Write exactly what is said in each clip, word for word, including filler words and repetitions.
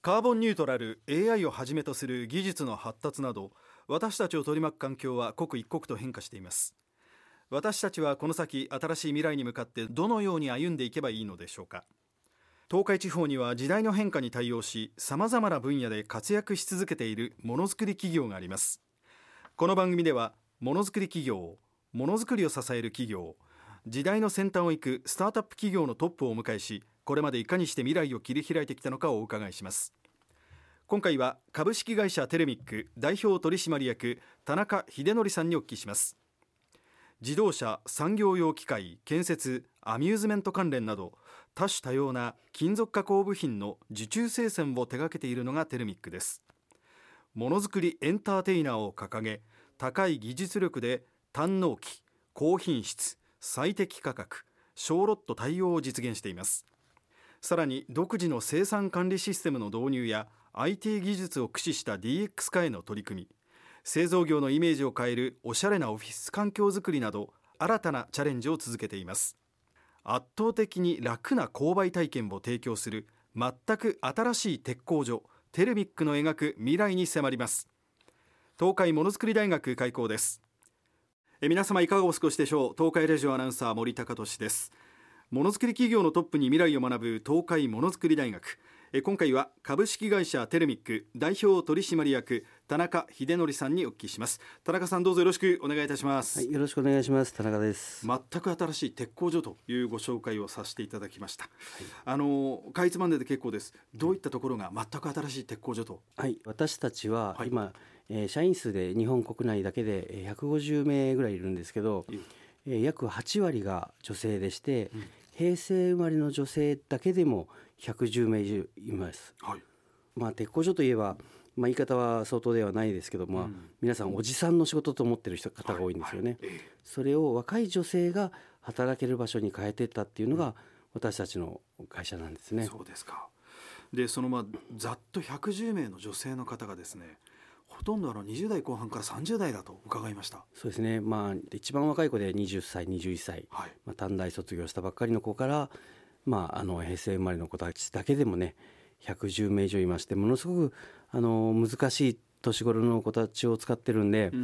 カーボンニュートラル、 エーアイ をはじめとする技術の発達など、私たちを取り巻く環境は刻一刻と変化しています。私たちはこの先、新しい未来に向かってどのように歩んでいけばいいのでしょうか。東海地方には時代の変化に対応し、さまざまな分野で活躍し続けているものづくり企業があります。この番組では、ものづくり企業、ものづくりを支える企業、時代の先端を行くスタートアップ企業のトップをお迎えし、これまでいかにして未来を切り開いてきたのかをお伺いします。今回は株式会社テルミック代表取締役田中秀則さんにお聞きします。自動車、産業用機械、建設、アミューズメント関連など多種多様な金属加工部品の受注生産を手掛けているのがテルミックです。ものづくりエンターテイナーを掲げ、高い技術力で単納期、高品質、最適価格、小ロット対応を実現しています。さらに独自の生産管理システムの導入や アイティー 技術を駆使した ディーエックス 化への取り組み、製造業のイメージを変えるおしゃれなオフィス環境づくりなど新たなチャレンジを続けています。圧倒的に楽な購買体験を提供する全く新しい鉄工所テルミックの描く未来に迫ります。東海ものづくり大学開校です。え皆様いかがお過ごしでしょう。東海ラジオアナウンサー森高俊です。ものづくり企業のトップに未来を学ぶ東海ものづくり大学。え今回は株式会社テルミック代表取締役田中秀則さんにお聞きします。田中さん、どうぞよろしくお願いいたします。 はい、よろしくお願いします。田中です。 全く新しい鉄工所というご紹介をさせていただきました。はい、あのかいつまんでで結構です。どういったところが全く新しい鉄工所と。 はい、私たちは今、 はいえー、社員数で日本国内だけでひゃくごじゅうめいぐらいいるんですけど、えー、約はちわりが女性でして、うん、平成生まれの女性だけでもひゃくじゅうめい以上います。はい、まあ、鉄工所といえば、まあ、言い方は相当ではないですけど、まあうん、皆さんおじさんの仕事と思ってる人方が多いんですよね。はいはい、それを若い女性が働ける場所に変えていったっていうのが私たちの会社なんですね。 そうですか。でそのまあざっとひゃくじゅうめいの女性の方がですね、ほとんどあのにじゅうだいこう半からさんじゅうだいだと伺いました。 そうですね、まあ、一番若い子でははたちにじゅういっさい、はい、まあ、短大卒業したばっかりの子から、まあ、あの平成生まれの子たちだけでもねひゃくじゅうめい以上いまして、ものすごくあの難しい年頃の子たちを使ってるんで、うん、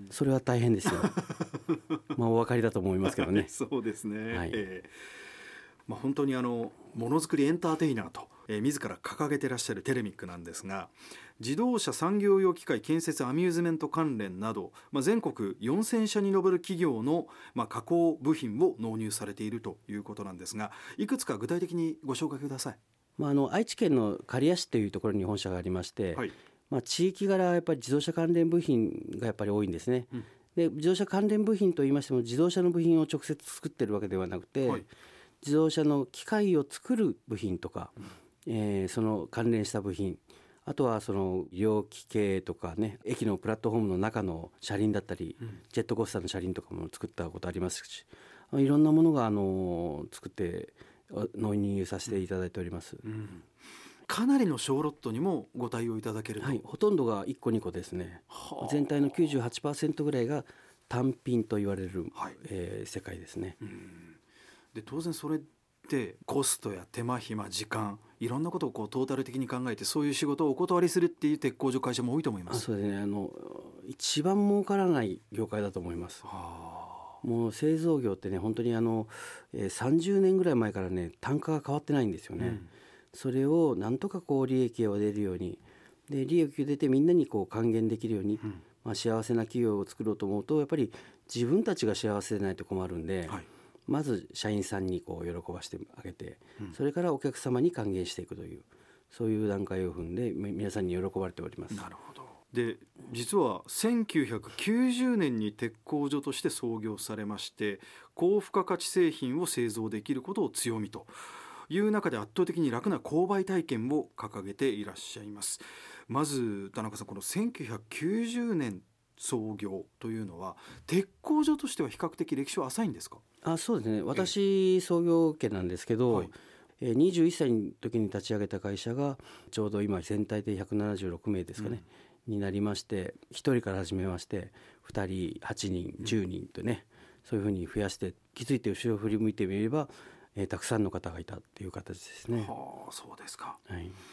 それは大変ですよまあお分かりだと思いますけどねそうですね、はい、えーまあ、本当にあのものづくりエンターテイナーと、えー、自ら掲げてらっしゃるテルミックなんですが、自動車、産業用機械、建設、アミューズメント関連など、まあ、全国よんせんしゃに上る企業の、まあ、加工部品を納入されているということなんですが、いくつか具体的にご紹介ください。 まあ、あの愛知県の刈谷市というところに本社がありまして、はい、まあ、地域柄やっぱり自動車関連部品がやっぱり多いんですね。うん、で自動車関連部品といいましても、自動車の部品を直接作ってるわけではなくて、はい、自動車の機械を作る部品とか、うん、えー、その関連した部品、あとはその両機系とかね、駅のプラットフォームの中の車輪だったり、うん、ジェットコースターの車輪とかも作ったことありますし、いろんなものがあの作って納入させていただいております。うん、 かなりの小ロットにもご対応いただけると。 はい、ほとんどがいっこにこですね。全体の きゅうじゅうはちパーセント ぐらいが単品と言われる、はい、えー、世界ですね。うん、 で当然それってコストや手間暇時間、いろんなことをこうトータル的に考えて、そういう仕事をお断りするっていう鉄工所会社も多いと思います。 あ、そうですね、あの一番儲からない業界だと思います。はあ、もう製造業ってね、本当にあの、えー、さんじゅうねんぐらい前からね単価が変わってないんですよね。うん、それをなんとかこう利益が出るように、で利益が出てみんなにこう還元できるように、うん、まあ、幸せな企業を作ろうと思うと、やっぱり自分たちが幸せでないと困るんで、はい、まず社員さんにこう喜ばしてあげて、うん、それからお客様に還元していくという、そういう段階を踏んで皆さんに喜ばれております。 なるほど。で実はせんきゅうひゃくきゅうじゅうねんに鉄工所として創業されまして、高付加価値製品を製造できることを強みという中で、圧倒的に楽な購買体験を掲げていらっしゃいます。まず田中さん、このせんきゅうひゃくきゅうじゅうねん創業というのは鉄工所としては比較的歴史は浅いんですか？ あ、そうですね、私創業家なんですけど、はい、えー、にじゅういっさいの時に立ち上げた会社がちょうど今全体でひゃくななじゅうろくめいですかね、うん、になりまして、ひとりから始めましてふたり、はちにん、じゅうにんとね、うん、そういうふうに増やして、気づいて後ろを振り向いてみれば、えー、たくさんの方がいたっていう形ですね。 はあ、そうですか。 はい。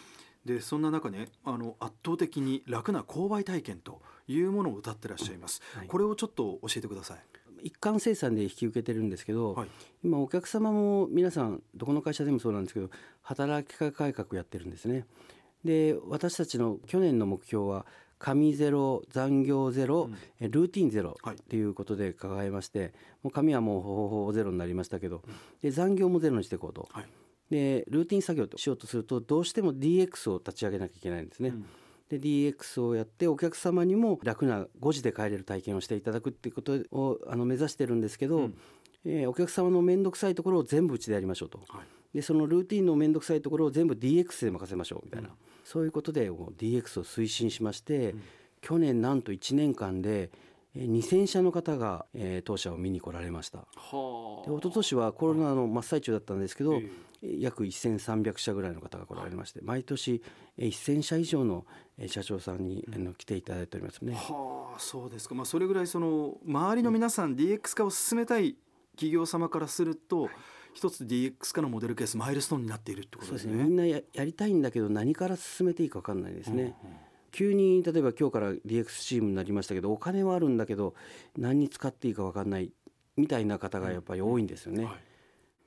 でそんな中ね、あの圧倒的に楽な購買体験というものを謳ってらっしゃいます、はい、これをちょっと教えてください。 一貫生産で引き受けてるんですけど、はい、今お客様も皆さんどこの会社でもそうなんですけど、働き方改革やってるんですね。で私たちの去年の目標は紙ゼロ、残業ゼロ、うん、ルーティンゼロということで掲げまして、はい、もう紙はもうほぼほぼゼロになりましたけど、うん、で残業もゼロにしていこうと、はい、でルーティン作業としようとするとどうしても ディーエックス を立ち上げなきゃいけないんですね、うん、で ディーエックス をやってお客様にも楽なごじで帰れる体験をしていただくっていうことをあの目指してるんですけど、うんえー、お客様の面倒くさいところを全部うちでやりましょうと、はい、でそのルーティンの面倒くさいところを全部 ディーエックス で任せましょうみたいな、うん、そういうことで ディーエックス を推進しまして、うん、去年なんといちねんかんでにせんしゃの方が、えー、当社を見に来られました。はで一昨年はコロナの真っ最中だったんですけど、えー、約せんさんびゃくしゃぐらいの方が来られまして、毎年せんしゃ以上の社長さんに、うん、来ていただいておりますね。 はあ、そうですか。まあ、それぐらいその周りの皆さん、うん、ディーエックス 化を進めたい企業様からすると、はい、一つ ディーエックス 化のモデルケース、マイルストーンになっているってことですね。 そうですね。みんな や, やりたいんだけど何から進めていいか分かんないですね、うんうん、急に例えば今日から ディーエックス チームになりましたけど、お金はあるんだけど何に使っていいか分かんないみたいな方がやっぱり多いんですよね、うんはい、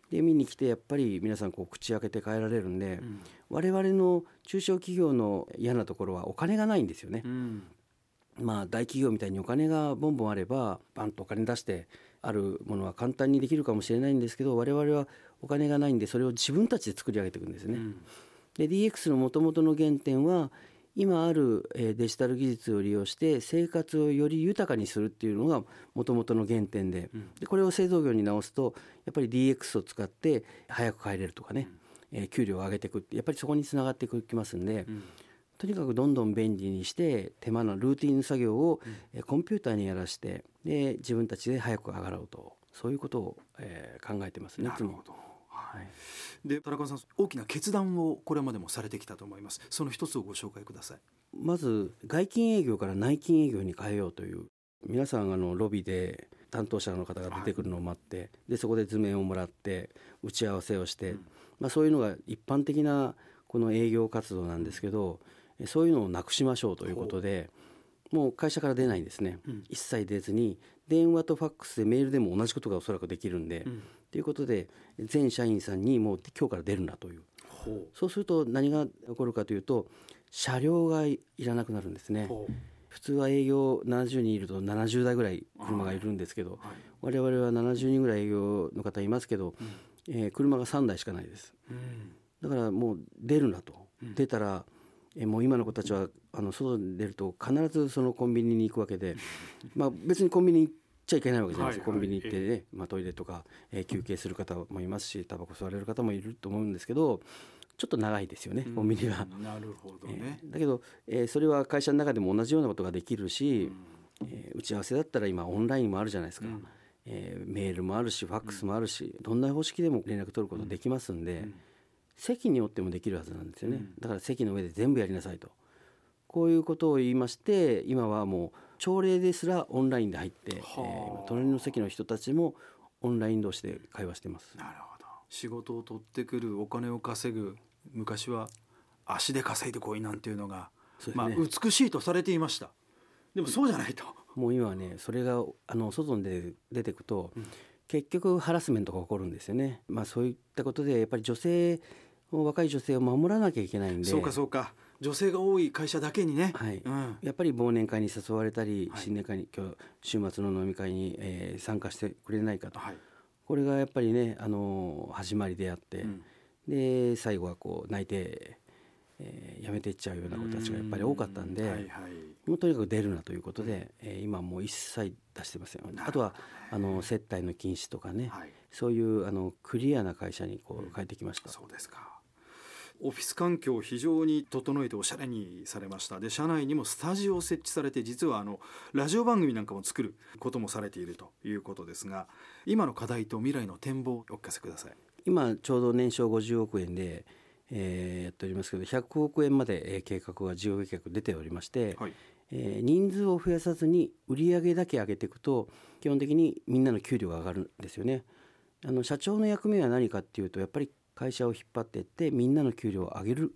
で見に来てやっぱり皆さんこう口開けて帰られるんで、うん、我々の中小企業の嫌なところはお金がないんですよね、うん、まあ大企業みたいにお金がボンボンあればバンとお金出してあるものは簡単にできるかもしれないんですけど、我々はお金がないんでそれを自分たちで作り上げていくんですね、うん、で ディーエックス の元々の原点は今あるデジタル技術を利用して生活をより豊かにするっていうのが元々の原点 で,、うん、でこれを製造業に直すとやっぱり ディーエックス を使って早く帰れるとかね、うんえー、給料を上げていくってやっぱりそこにつながっていきますんで、うん、とにかくどんどん便利にして手間のルーティン作業を、うん、コンピューターにやらしてで自分たちで早く上がろうと、そういうことを、えー、考えてますね。 なるほど、はい、で田中さん、大きな決断をこれまでもされてきたと思います。その一つをご紹介ください。 まず外勤営業から内勤営業に変えようという、皆さんあのロビーで担当者の方が出てくるのを待って、はい、でそこで図面をもらって打ち合わせをして、うんまあ、そういうのが一般的なこの営業活動なんですけど、そういうのをなくしましょうということで、もう会社から出ないんですね、うん、一切出ずに電話とファックスでメールでも同じことがおそらくできるんで、うん、ということで全社員さんにもう今日から出るんだという、そうすると何が起こるかというと車両がいらなくなるんですね。普通は営業ななじゅうにんいるとななじゅうだいぐらい車がいるんですけど、はいはい、我々はななじゅうにんぐらい営業の方いますけど、うんえー、車がさんだいしかないです、うん、だからもう出るなと、うん、出たらえもう今の子たちはあの外に出ると必ずそのコンビニに行くわけでまあ別にコンビニ行っちゃいけないわけじゃないですか、はいはい、コンビニ行ってね、まあ、トイレとか、えー、休憩する方もいますしタバコ吸われる方もいると思うんですけど、ちょっと長いですよね、コンビニは。 なるほどね、 えー、だけど、えー、それは会社の中でも同じようなことができるし、えー、打ち合わせだったら今オンラインもあるじゃないですか、うんえー、メールもあるしファックスもあるし、うん、どんな方式でも連絡取ることできますんで、うん、席によってもできるはずなんですよね、うん、だから席の上で全部やりなさいと、こういうことを言いまして、今はもう朝礼ですらオンラインで入って、えー、隣の席の人たちもオンライン同士で会話してます。 なるほど。仕事を取ってくる、お金を稼ぐ、昔は足で稼いでこいなんていうのがう、ねまあ、美しいとされていました。でもそうじゃないと、 もう今はねそれがあの外に出て、出てくと、うん、結局ハラスメントが起こるんですよね、まあ、そういったことでやっぱり女性若い女性を守らなきゃいけないんで。 そうかそうか、女性が多い会社だけにね、 はいうん、やっぱり忘年会に誘われたり、はい、新年会に今日週末の飲み会に、えー、参加してくれないかと、はい、これがやっぱりね、あのー、始まりであって、うん、で最後はこう泣いて、えー、やめていっちゃうような子たちがやっぱり多かったんで、はいはい、もうとにかく出るなということで、うんえー、今もう一切出してません。あとはあの接待の禁止とかね、はい、そういうあのクリアな会社にこう変えてきました、 うん、そうですか。オフィス環境を非常に整えておしゃれにされました。で社内にもスタジオを設置されて、実はあのラジオ番組なんかも作ることもされているということですが、今の課題と未来の展望をお聞かせください。 今ちょうど年商ごじゅうおくえんで、えー、やっておりますけど、ひゃくおくえんまで、えー、計画が事業計画出ておりまして、はいえー、人数を増やさずに売上だけ上げていくと基本的にみんなの給料が上がるんですよね。あの社長の役目は何かっていうと、やっぱり会社を引っ張っていってみんなの給料を上げるっ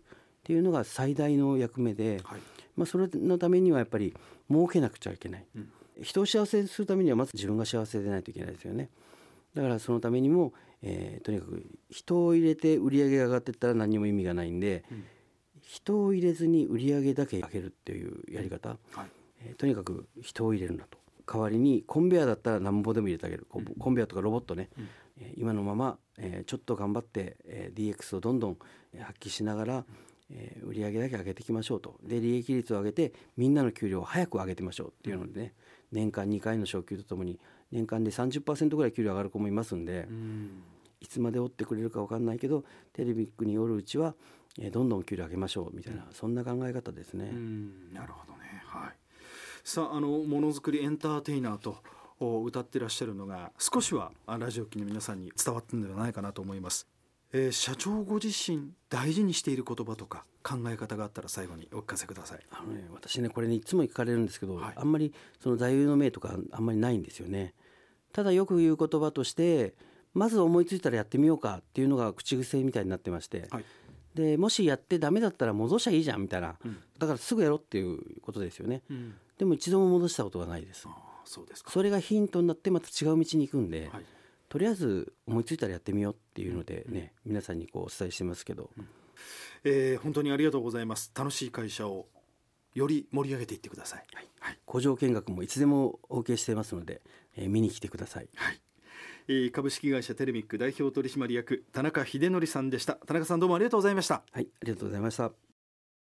っていうのが最大の役目で、 はい、 まあ、それのためにはやっぱり儲けなくちゃいけない、 うん、 人を幸せにするためにはまず自分が幸せでないといけないですよね。だからそのためにも、えー、とにかく人を入れて売り上げが上がっていったら何にも意味がないんで、うん、人を入れずに売り上げだけ上げるっていうやり方、はい、えー、とにかく人を入れるんだと。代わりにコンベヤーだったら何ぼでも入れてあげる、うん、コンベヤーとかロボットね、うん、えー、今のまま、えー、ちょっと頑張って、えー、ディーエックス をどんどん発揮しながら、うん、えー、売り上げだけ上げていきましょうと。で利益率を上げてみんなの給料を早く上げてみましょうっていうのでね、年間にかいの昇給とともに年間で さんじゅっパーセント ぐらい給料上がる子もいますんで、うん、いつまで追ってくれるか分かんないけどテレビックにおるうちは、えー、どんどん給料上げましょうみたいな、うん、そんな考え方ですね。 うん、なるほどね、はい、さあ、あのものづくりエンターテイナーと歌ってらっしゃるのが少しはラジオ機の皆さんに伝わってるのではないかなと思います。えー、社長ご自身大事にしている言葉とか考え方があったら最後にお聞かせください。 あの、ね、私ねこれねいつも聞かれるんですけど、はい、あんまりその座右の銘とかあんまりないんですよね。ただよく言う言葉としてまず思いついたらやってみようかっていうのが口癖みたいになってまして、はい、でもしやってダメだったら戻しゃいいじゃんみたいな、うん、だからすぐやろうっていうことですよね、うん、でも一度も戻したことがないです。 あ、そうですか。 それがヒントになってまた違う道に行くんで、はい、とりあえず思いついたらやってみようっていうのでね、うん、皆さんにこうお伝えしてますけど、うん、 えー、本当にありがとうございます。楽しい会社をより盛り上げていってください。 はいはい、工場見学もいつでもお受けしていますので、えー、見に来てください。 はい、えー、株式会社テレミック代表取締役田中秀則さんでした。田中さんどうもありがとうございました。 はい、ありがとうございました。